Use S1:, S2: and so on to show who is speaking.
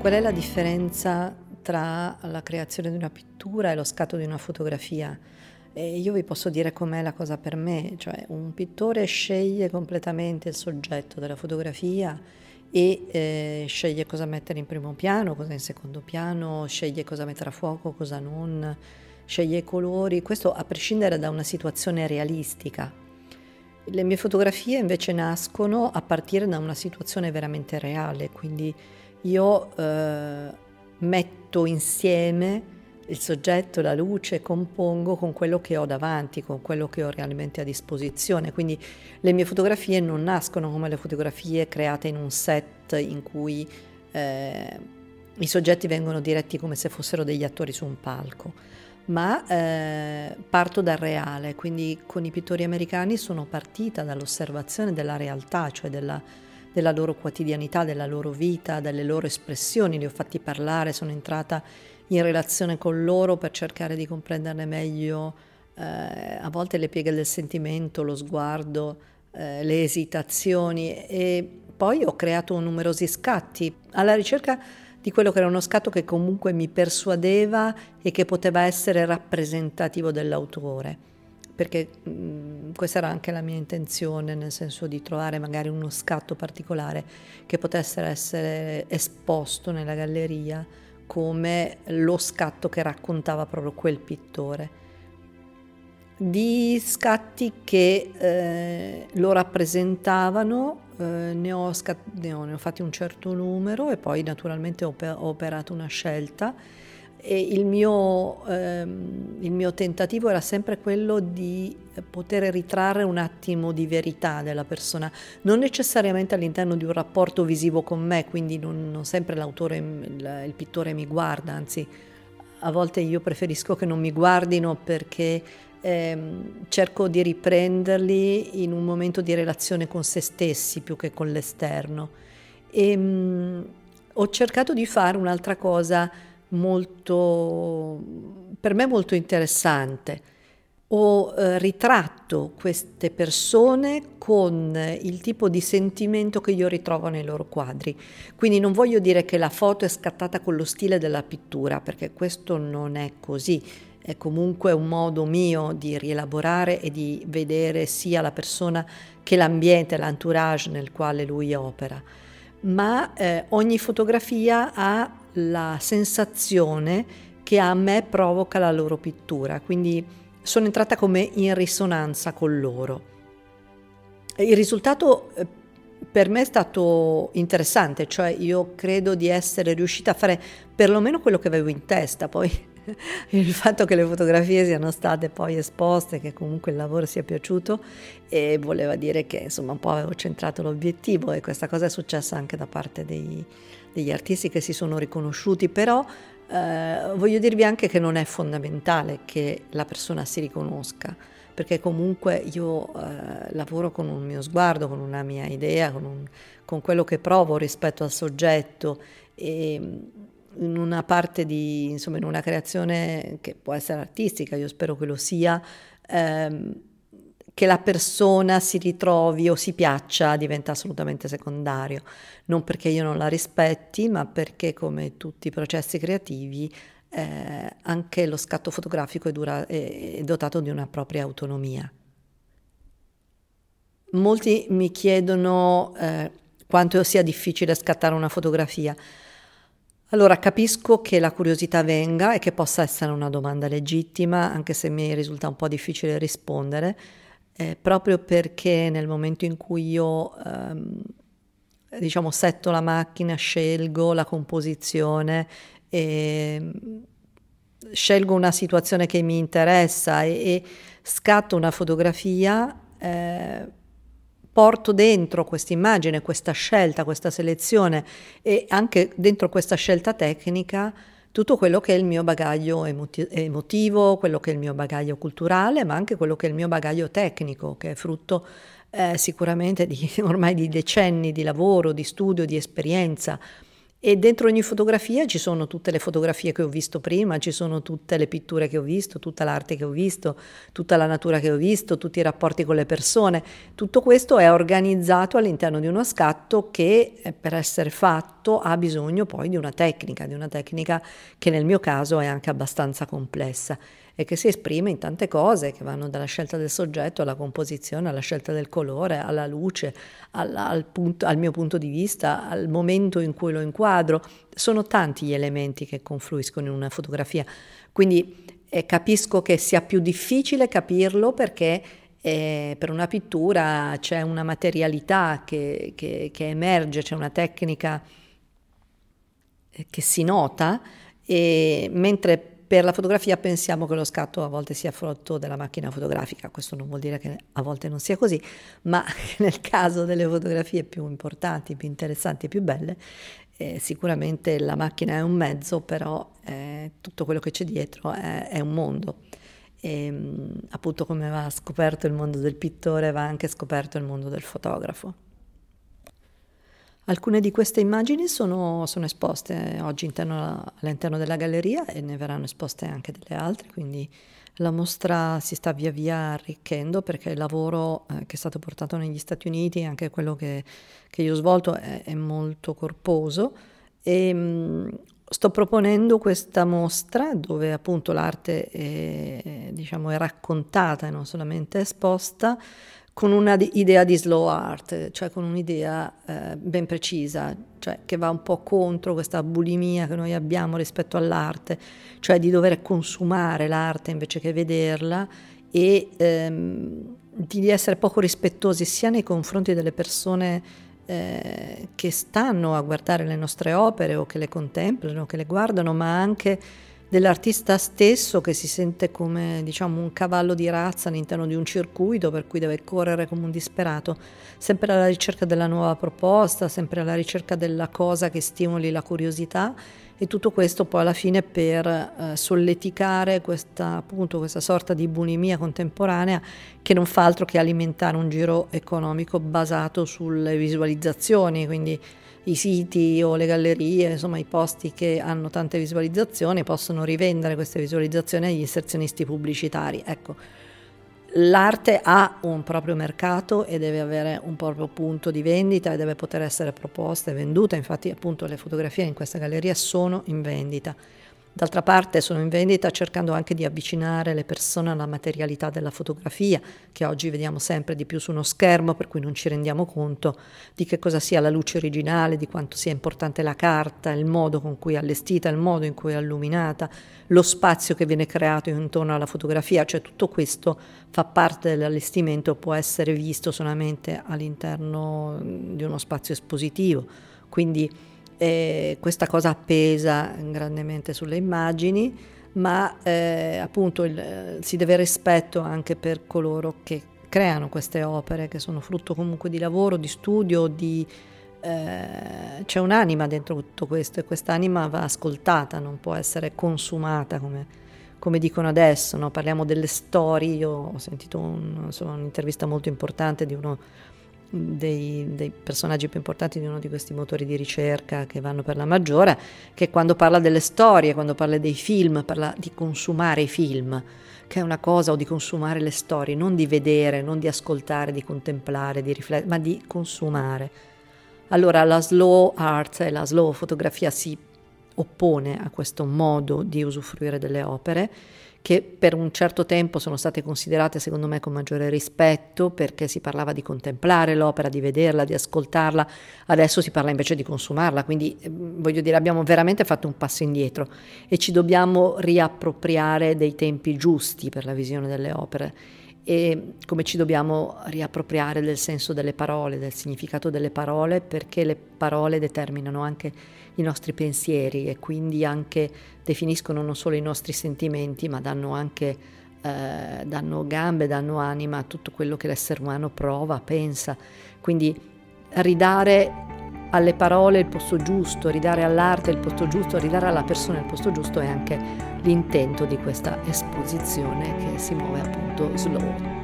S1: Qual è la differenza tra la creazione di una pittura e lo scatto di una fotografia? Io vi posso dire com'è la cosa per me, cioè un pittore sceglie completamente il soggetto della fotografia e sceglie cosa mettere in primo piano, cosa in secondo piano, sceglie cosa mettere a fuoco, cosa non, sceglie i colori, questo a prescindere da una situazione realistica. Le mie fotografie invece nascono a partire da una situazione veramente reale, quindi io metto insieme il soggetto, la luce, compongo con quello che ho davanti, con quello che ho realmente a disposizione. Quindi le mie fotografie non nascono come le fotografie create in un set in cui i soggetti vengono diretti come se fossero degli attori su un palco, ma parto dal reale. Quindi con i pittori americani sono partita dall'osservazione della realtà, cioè della loro quotidianità, della loro vita, delle loro espressioni. Li ho fatti parlare, sono entrata in relazione con loro per cercare di comprenderne meglio a volte le pieghe del sentimento, lo sguardo, le esitazioni, e poi ho creato numerosi scatti alla ricerca di quello che era uno scatto che comunque mi persuadeva e che poteva essere rappresentativo dell'autore, perché questa era anche la mia intenzione, nel senso di trovare magari uno scatto particolare che potesse essere esposto nella galleria come lo scatto che raccontava proprio quel pittore. Di scatti che lo rappresentavano ne ho fatti un certo numero, e poi naturalmente ho operato una scelta, e il mio tentativo era sempre quello di poter ritrarre un attimo di verità della persona, non necessariamente all'interno di un rapporto visivo con me, quindi non sempre l'autore, il pittore mi guarda, anzi a volte io preferisco che non mi guardino, perché cerco di riprenderli in un momento di relazione con se stessi più che con l'esterno. Ho cercato di fare un'altra cosa per me molto interessante. Ho ritratto queste persone con il tipo di sentimento che io ritrovo nei loro quadri. Quindi non voglio dire che la foto è scattata con lo stile della pittura, perché questo non è così. È comunque un modo mio di rielaborare e di vedere sia la persona che l'ambiente, l'entourage nel quale lui opera. Ma ogni fotografia ha la sensazione che a me provoca la loro pittura, quindi sono entrata come in risonanza con loro. Il risultato per me è stato interessante, cioè io credo di essere riuscita a fare perlomeno quello che avevo in testa. Poi il fatto che le fotografie siano state poi esposte, che comunque il lavoro sia piaciuto, e voleva dire che insomma un po' avevo centrato l'obiettivo, e questa cosa è successa anche da parte degli artisti che si sono riconosciuti. Però voglio dirvi anche che non è fondamentale che la persona si riconosca, perché comunque io lavoro con un mio sguardo, con una mia idea, con quello che provo rispetto al soggetto, e in una parte insomma, in una creazione che può essere artistica, io spero che lo sia, che la persona si ritrovi o si piaccia diventa assolutamente secondario, non perché io non la rispetti, ma perché, come tutti i processi creativi, anche lo scatto fotografico è dotato di una propria autonomia. Molti mi chiedono quanto sia difficile scattare una fotografia. Allora, capisco che la curiosità venga e che possa essere una domanda legittima, anche se mi risulta un po' difficile rispondere, proprio perché nel momento in cui io setto la macchina, scelgo la composizione, e scelgo una situazione che mi interessa e scatto una fotografia, porto dentro questa immagine, questa scelta, questa selezione, e anche dentro questa scelta tecnica tutto quello che è il mio bagaglio emotivo, quello che è il mio bagaglio culturale, ma anche quello che è il mio bagaglio tecnico, che è frutto sicuramente ormai di decenni di lavoro, di studio, di esperienza. E dentro ogni fotografia ci sono tutte le fotografie che ho visto prima, ci sono tutte le pitture che ho visto, tutta l'arte che ho visto, tutta la natura che ho visto, tutti i rapporti con le persone. Tutto questo è organizzato all'interno di uno scatto che, per essere fatto, fatto ha bisogno poi di una tecnica che nel mio caso è anche abbastanza complessa e che si esprime in tante cose che vanno dalla scelta del soggetto alla composizione, alla scelta del colore, alla luce, al mio punto di vista, al momento in cui lo inquadro. Sono tanti gli elementi che confluiscono in una fotografia, quindi capisco che sia più difficile capirlo perché per una pittura c'è una materialità che emerge, c'è una tecnica che si nota, mentre per la fotografia pensiamo che lo scatto a volte sia frutto della macchina fotografica. Questo non vuol dire che a volte non sia così, ma nel caso delle fotografie più importanti, più interessanti e più belle, sicuramente la macchina è un mezzo, però tutto quello che c'è dietro è un mondo. E appunto, come va scoperto il mondo del pittore, va anche scoperto il mondo del fotografo. Alcune di queste immagini sono esposte oggi all'interno della galleria e ne verranno esposte anche delle altre, quindi la mostra si sta via via arricchendo perché il lavoro che è stato portato negli Stati Uniti, anche quello che io ho svolto, è molto corposo e sto proponendo questa mostra dove appunto l'arte è raccontata e non solamente esposta, con una idea di slow art, cioè con un'idea ben precisa, cioè che va un po' contro questa bulimia che noi abbiamo rispetto all'arte, cioè di dover consumare l'arte invece che vederla e di essere poco rispettosi sia nei confronti delle persone che stanno a guardare le nostre opere o che le contemplano, che le guardano, ma anche dell'artista stesso che si sente come un cavallo di razza all'interno di un circuito per cui deve correre come un disperato, sempre alla ricerca della nuova proposta, sempre alla ricerca della cosa che stimoli la curiosità, e tutto questo poi alla fine per solleticare questa sorta di bulimia contemporanea che non fa altro che alimentare un giro economico basato sulle visualizzazioni, quindi i siti o le gallerie, insomma i posti che hanno tante visualizzazioni possono rivendere queste visualizzazioni agli inserzionisti pubblicitari. Ecco, l'arte ha un proprio mercato e deve avere un proprio punto di vendita e deve poter essere proposta e venduta. Infatti appunto le fotografie in questa galleria sono in vendita. D'altra parte sono in vendita cercando anche di avvicinare le persone alla materialità della fotografia, che oggi vediamo sempre di più su uno schermo, per cui non ci rendiamo conto di che cosa sia la luce originale, di quanto sia importante la carta, il modo con cui è allestita, il modo in cui è illuminata, lo spazio che viene creato intorno alla fotografia, cioè tutto questo fa parte dell'allestimento, può essere visto solamente all'interno di uno spazio espositivo, quindi questa cosa pesa grandemente sulle immagini, ma appunto si deve rispetto anche per coloro che creano queste opere, che sono frutto comunque di lavoro, di studio, c'è un'anima dentro tutto questo e quest'anima va ascoltata, non può essere consumata come dicono adesso, no? Parliamo delle storie. Io ho sentito un'intervista molto importante di uno dei personaggi più importanti di uno di questi motori di ricerca che vanno per la maggiore, che quando parla delle storie, quando parla dei film, parla di consumare i film, che è una cosa, o di consumare le storie, non di vedere, non di ascoltare, di contemplare, di riflettere, ma di consumare. Allora la slow art e la slow fotografia si oppone a questo modo di usufruire delle opere, che per un certo tempo sono state considerate secondo me con maggiore rispetto perché si parlava di contemplare l'opera, di vederla, di ascoltarla. Adesso si parla invece di consumarla, quindi voglio dire, abbiamo veramente fatto un passo indietro e ci dobbiamo riappropriare dei tempi giusti per la visione delle opere, e come ci dobbiamo riappropriare del senso delle parole, del significato delle parole, perché le parole determinano anche i nostri pensieri e quindi anche definiscono non solo i nostri sentimenti, ma danno anche danno gambe, danno anima a tutto quello che l'essere umano prova, pensa. Quindi ridare alle parole il posto giusto, ridare all'arte il posto giusto, ridare alla persona il posto giusto è anche l'intento di questa esposizione che si muove appunto slow.